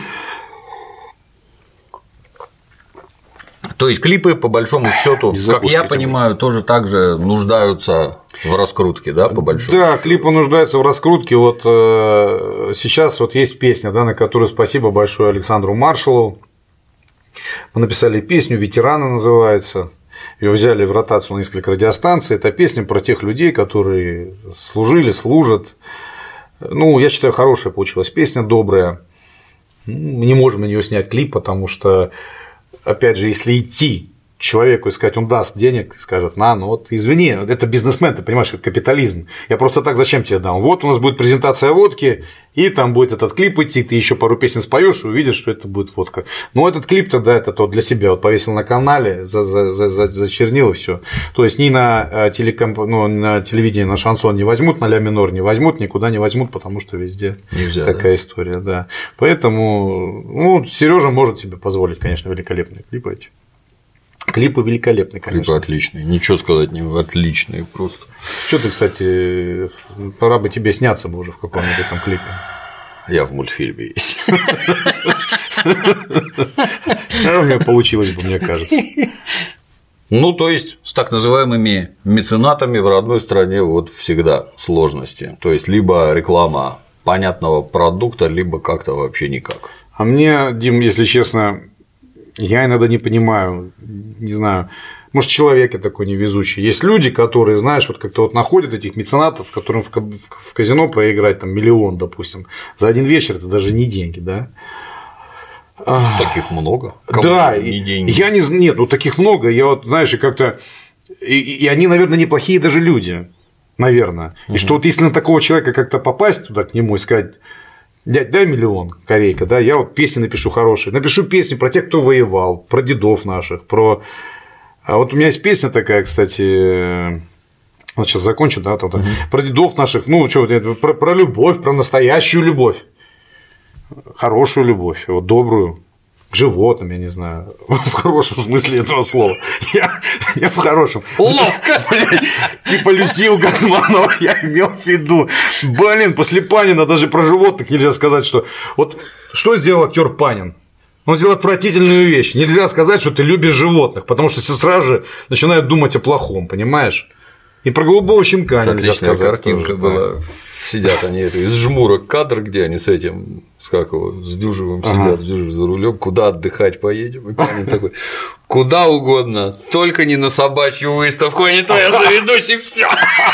То есть клипы, по большому счету, как я понимаю, уже. тоже так же нуждаются в раскрутке, да, по большому Да, счету. клипы нуждаются в раскрутке. Вот э, сейчас вот есть песня, да, на которую спасибо большое Александру Маршалову. Мы написали песню «Ветераны» называется. Ее взяли в ротацию на несколько радиостанций. Это песня про тех людей, которые служили, служат. Ну, я считаю, хорошая получилась песня, добрая. Мы не можем на нее снять клип, потому что, опять же, если идти человеку и сказать, он даст денег и скажет, на, ну вот извини, это бизнесмен, ты понимаешь, это капитализм. Я просто так зачем тебе дам? Вот у нас будет презентация водки, и там будет этот клип идти, ты еще пару песен споешь и увидишь, что это будет водка. Но этот клип-то, да, это то для себя вот повесил на канале, зачернил и все. То есть ни на, телекомп... ну, на телевидении, на шансон не возьмут, на ля минор не возьмут, никуда не возьмут, потому что везде нельзя, такая да? история, да. Поэтому, ну, Сережа может себе позволить, конечно, великолепные клипы эти. Клипы великолепные, конечно. Клипы отличные, ничего сказать не отличные просто. Что ты, кстати, пора бы тебе сняться бы уже в каком-нибудь там клипе. Я в мультфильме есть. У меня получилось бы, мне кажется. Ну, то есть, с так называемыми меценатами в родной стране вот всегда сложности. То есть, либо реклама понятного продукта, либо как-то вообще никак. А мне, Дим, если честно, я иногда не понимаю, не знаю, может, человек я такой невезучий. Есть люди, которые, знаешь, вот как-то вот находят этих меценатов, которым в казино проиграть там миллион, допустим, за один вечер это даже не деньги, да? Таких много. Кому да, не деньги. Я не нет, ну таких много. Я вот, знаешь, и как-то и, и они, наверное, неплохие даже люди, наверное. Угу. И что вот если на такого человека как-то попасть туда к нему и сказать: дядь, дай миллион, корейка, да, я вот песни напишу хорошие, напишу песни про тех, кто воевал, про дедов наших, про. А вот у меня есть песня такая, кстати. Вот сейчас закончу, да, там, угу. про дедов наших, ну что, про, про любовь, про настоящую любовь. Хорошую любовь, вот добрую, к животным, я не знаю, в хорошем смысле этого слова. Я, я в хорошем. Ловко! Типа Люсил Газманова я имел в виду. Блин, после Панина даже про животных нельзя сказать, что. Вот что сделал актер Панин? Он сделал отвратительную вещь. Нельзя сказать, что ты любишь животных, потому что все сразу же начинают думать о плохом, понимаешь? И про голубого щенка это нельзя сказать. Картинка тоже, была. Да. Сидят они это, из жмурок кадр, где они с этим, с как его, с Дюжевым ага. сидят, с Дюжев за рулем, куда отдыхать поедем, и Панин такой: куда угодно, только не на собачью выставку, а не то я заведусь, и все.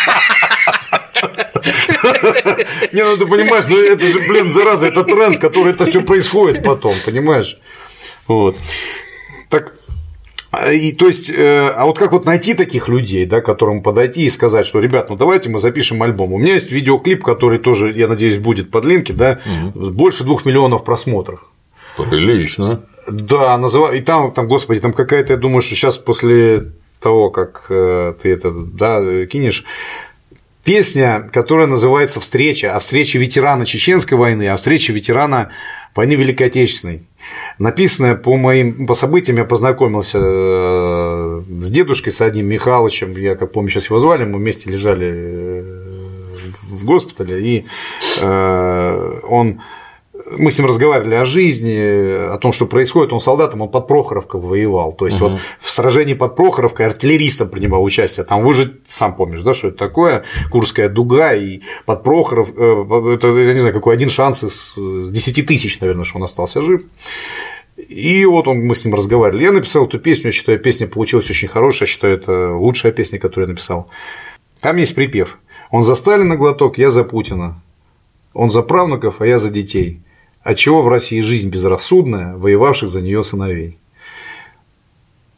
Не, ну ты понимаешь, ну это же, блин, зараза, это тренд, который это все происходит потом, понимаешь? Вот. Так. И, то есть, а вот как вот найти таких людей, да, к которым подойти и сказать, что, ребят, ну давайте мы запишем альбом. У меня есть видеоклип, который тоже, я надеюсь, будет под линки, да, угу. больше двух миллионов просмотров. Прилично. Да, называ... и там, там, господи, там какая-то, я думаю, что сейчас после того, как ты это, да, кинешь, песня, которая называется «Встреча», о встрече ветерана Чеченской войны, о встрече ветерана войны Великой Отечественной. Написанная по моим по событиям, я познакомился с дедушкой, с одним Михалычем, я как помню, сейчас его звали, мы вместе лежали в госпитале, и он. Мы с ним разговаривали о жизни, о том, что происходит. Он солдатом, он под Прохоровкой воевал. То есть, угу. вот в сражении под Прохоровкой артиллеристом принимал участие. Там выжить, сам помнишь, да, что это такое? Курская дуга и под Прохоров. Это, я не знаю, какой один шанс из десяти тысяч, наверное, что он остался жив. И вот он, мы с ним разговаривали. Я написал эту песню, я считаю, песня получилась очень хорошая. Я считаю, это лучшая песня, которую я написал. Там есть припев: он за Сталина глоток, я за Путина. Он за правнуков, а я за детей. Отчего в России жизнь безрассудная, воевавших за нее сыновей.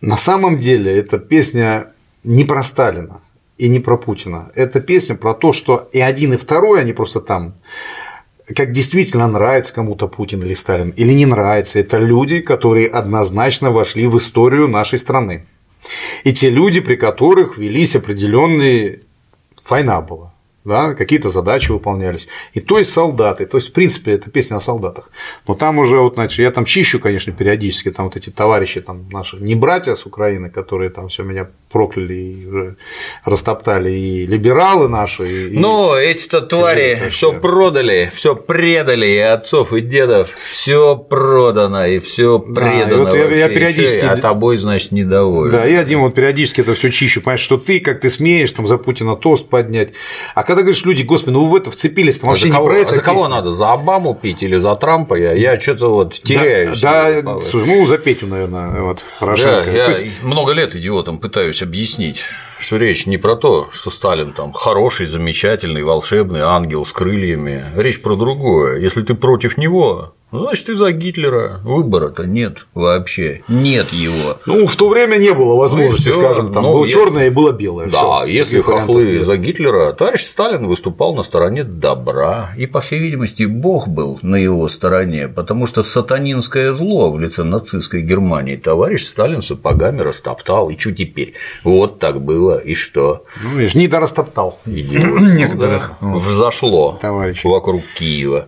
На самом деле эта песня не про Сталина и не про Путина. Это песня про то, что и один, и второй, они просто там, как действительно нравится кому-то Путин или Сталин, или не нравится. Это люди, которые однозначно вошли в историю нашей страны. И те люди, при которых велись определенные война была. Да, какие-то задачи выполнялись. И то есть солдаты. То есть, в принципе, это песня о солдатах. Но там уже, вот, значит, я там чищу, конечно, периодически, там вот эти товарищи там, наши, не братья с Украины, которые там все меня прокляли и уже растоптали, и либералы наши. И, ну, эти-то твари все продали, все предали, и отцов, и дедов, все продано, и все предано. Да, и вот я, я периодически. А тобой, значит, недоволен. Да, я, Дима, вот периодически это все чищу. Понимаешь, что ты, как ты смеешь там за Путина тост поднять. А когда говоришь, люди, господи, ну вы в это вцепились, там вообще а не кого, про это. А за кого песня. Надо? За Обаму пить или за Трампа? Я, я что-то вот теряюсь. Да, да слушай, ну за Петю, наверное, вот, Порошенко. Да, я есть... много лет идиотам пытаюсь объяснить, что речь не про то, что Сталин там хороший, замечательный, волшебный ангел с крыльями. Речь про другое. Если ты против него, значит, ты за Гитлера. Выбора-то нет вообще. Нет его. Ну, в то время не было возможности, ну, скажем, там ну, было если... черное и было белое. Да, всё. Если хохлы за Гитлера, товарищ Сталин выступал на стороне добра. И, по всей видимости, Бог был на его стороне, потому что сатанинское зло в лице нацистской Германии товарищ Сталин сапогами растоптал. И что теперь? Вот так было. И что? Ну, видишь, не дорастоптал. Некоторых взошло товарищи вокруг Киева.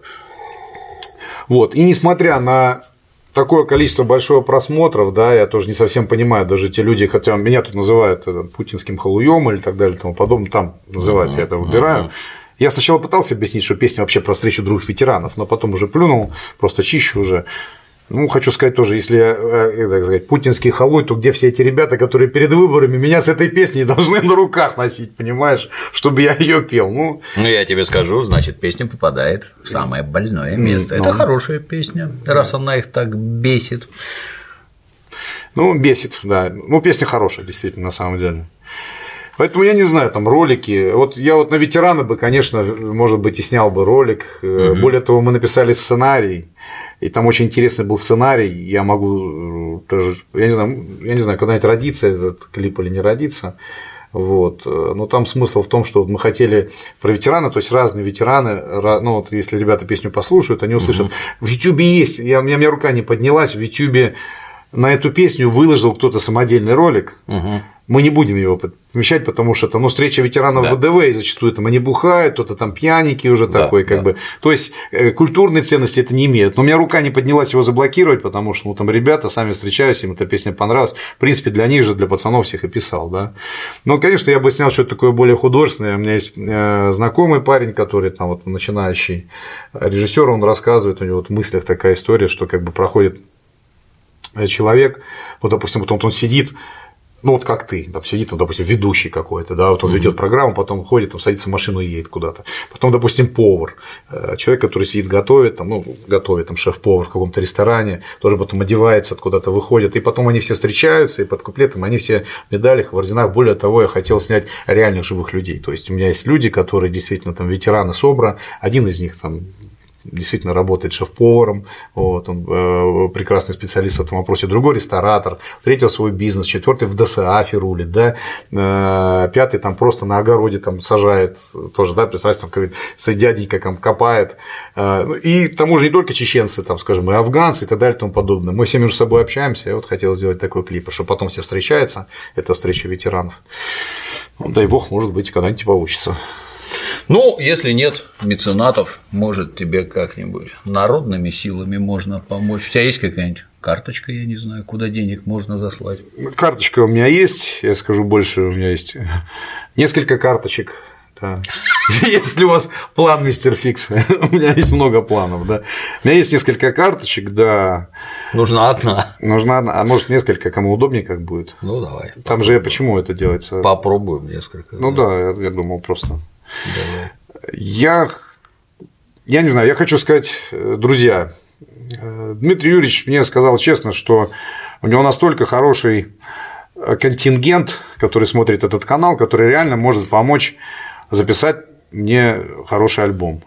Вот. И несмотря на такое количество большого просмотров, да, я тоже не совсем понимаю, даже те люди, хотя меня тут называют путинским халуем или так далее и тому подобное, там называют, я это выбираю. Я сначала пытался объяснить, что песня вообще про встречу двух ветеранов, но потом уже плюнул, просто чищу уже. Ну, хочу сказать тоже, если я, так сказать, путинский халуй, то где все эти ребята, которые перед выборами меня с этой песней должны на руках носить, понимаешь, чтобы я ее пел. Ну, ну я тебе скажу, значит, песня попадает в самое больное место. Ну, это хорошая песня, раз она их так бесит. Ну, бесит, да. Ну, песня хорошая, действительно, на самом деле. Поэтому я не знаю, там ролики. Вот я вот на ветерана бы, конечно, может быть, и снял бы ролик. Угу. Более того, мы написали сценарий. И там очень интересный был сценарий. Я могу тоже, я не знаю, я не знаю, когда-нибудь родится этот клип или не родится. Вот. Но там смысл в том, что вот мы хотели про ветерана, то есть разные ветераны, ну вот если ребята песню послушают, они услышат. Угу. В Ютубе есть, я, у меня, у меня рука не поднялась, в Ютубе на эту песню выложил кто-то самодельный ролик. Угу. Мы не будем его помещать, потому что там, ну, встреча ветеранов да. ВДВ, и зачастую там они бухают, кто-то там пьяненький уже да, такой, как да. бы. То есть культурной ценности это не имеет. Но у меня рука не поднялась его заблокировать, потому что ну, там ребята сами встречались, им эта песня понравилась. В принципе, для них же, для пацанов всех и писал, да. Но вот, конечно, я бы снял что-то такое более художественное. У меня есть знакомый парень, который там вот начинающий режиссер, он рассказывает, у него вот в мыслях такая история, что как бы проходит человек, ну, допустим, вот он сидит. Ну, вот как ты, там сидит, там, допустим, ведущий какой-то, да, вот он ведет программу, потом ходит, там, садится в машину и едет куда-то. Потом, допустим, повар, человек, который сидит, готовит, там, ну, готовит, там, шеф-повар в каком-то ресторане, тоже потом одевается, куда-то выходит, и потом они все встречаются, и под куплетом они все в медалях, в орденах. Более того, я хотел снять реальных живых людей. То есть у меня есть люди, которые действительно там ветераны СОБРа, один из них там действительно работает шеф-поваром, вот, он э, прекрасный специалист в этом вопросе, другой ресторатор, третий свой бизнес, четвертый в ДСАФе рулит, да, э, пятый там просто на огороде там сажает, тоже, да, представляете, там с дяденька там копает, э, и к тому же не только чеченцы, там, скажем, и афганцы и так далее и тому подобное. Мы все между собой общаемся, я вот хотел сделать такой клип, что потом все встречаются, это встреча ветеранов. Ну, дай бог, может быть, когда-нибудь получится. Ну, если нет меценатов, может, тебе как-нибудь народными силами можно помочь. У тебя есть какая-нибудь карточка, я не знаю, куда денег можно заслать? Карточка у меня есть, я скажу больше, у меня есть несколько карточек. Да. Если у вас план, мистер Фикс, у меня есть много планов, да. У меня есть несколько карточек, да. Нужна одна. Нужна одна, а может несколько, кому удобнее как будет. Ну давай. Там попробуем. Же почему это делается? Попробуем несколько. Ну да, да я, я думал просто. Давай. Я, я не знаю, я хочу сказать, друзья, Дмитрий Юрьевич мне сказал честно, что у него настолько хороший контингент, который смотрит этот канал, который реально может помочь записать мне хороший альбом.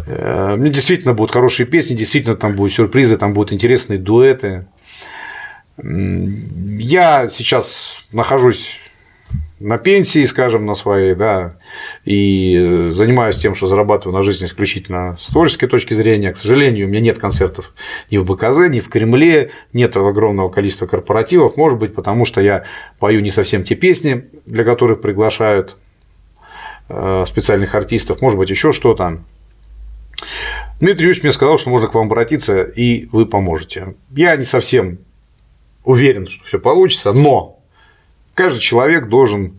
Мне действительно будут хорошие песни, действительно там будут сюрпризы, там будут интересные дуэты. Я сейчас нахожусь на пенсии, скажем, на своей, да, и занимаюсь тем, что зарабатываю на жизнь исключительно с творческой точки зрения. К сожалению, у меня нет концертов ни в БКЗ, ни в Кремле, нет огромного количества корпоративов, может быть, потому что я пою не совсем те песни, для которых приглашают специальных артистов, может быть, еще что-то. Дмитрий Юрьевич мне сказал, что можно к вам обратиться, и вы поможете. Я не совсем уверен, что все получится, но каждый человек должен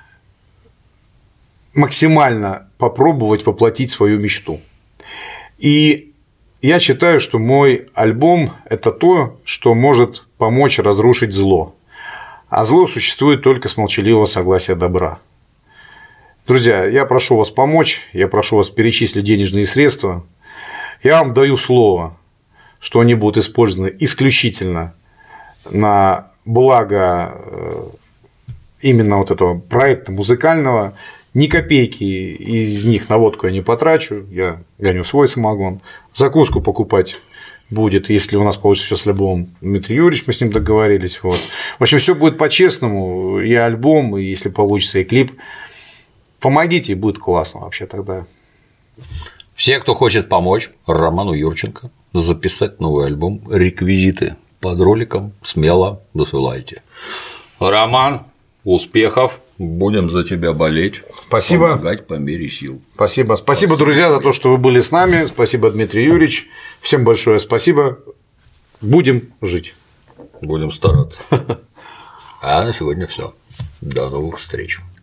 максимально попробовать воплотить свою мечту. И я считаю, что мой альбом – это то, что может помочь разрушить зло. А зло существует только с молчаливого согласия добра. Друзья, я прошу вас помочь, я прошу вас перечислить денежные средства. Я вам даю слово, что они будут использованы исключительно на благо именно вот этого проекта музыкального. Ни копейки из них на водку я не потрачу, я гоню свой самогон. Закуску покупать будет, если у нас получится все с альбомом. Дмитрий Юрьевич, мы с ним договорились. Вот. В общем, все будет по-честному, и альбом, и если получится, и клип. Помогите, и будет классно вообще тогда. Все, кто хочет помочь Роману Юрченко записать новый альбом, реквизиты под роликом смело досылайте. Роман, успехов, будем за тебя болеть. Спасибо. Помогать по мере сил. Спасибо. Спасибо, спасибо, друзья, за то, что вы были с нами. Спасибо, Дмитрий Юрьевич. Всем большое спасибо. Будем жить. Будем стараться. А на сегодня все. До новых встреч.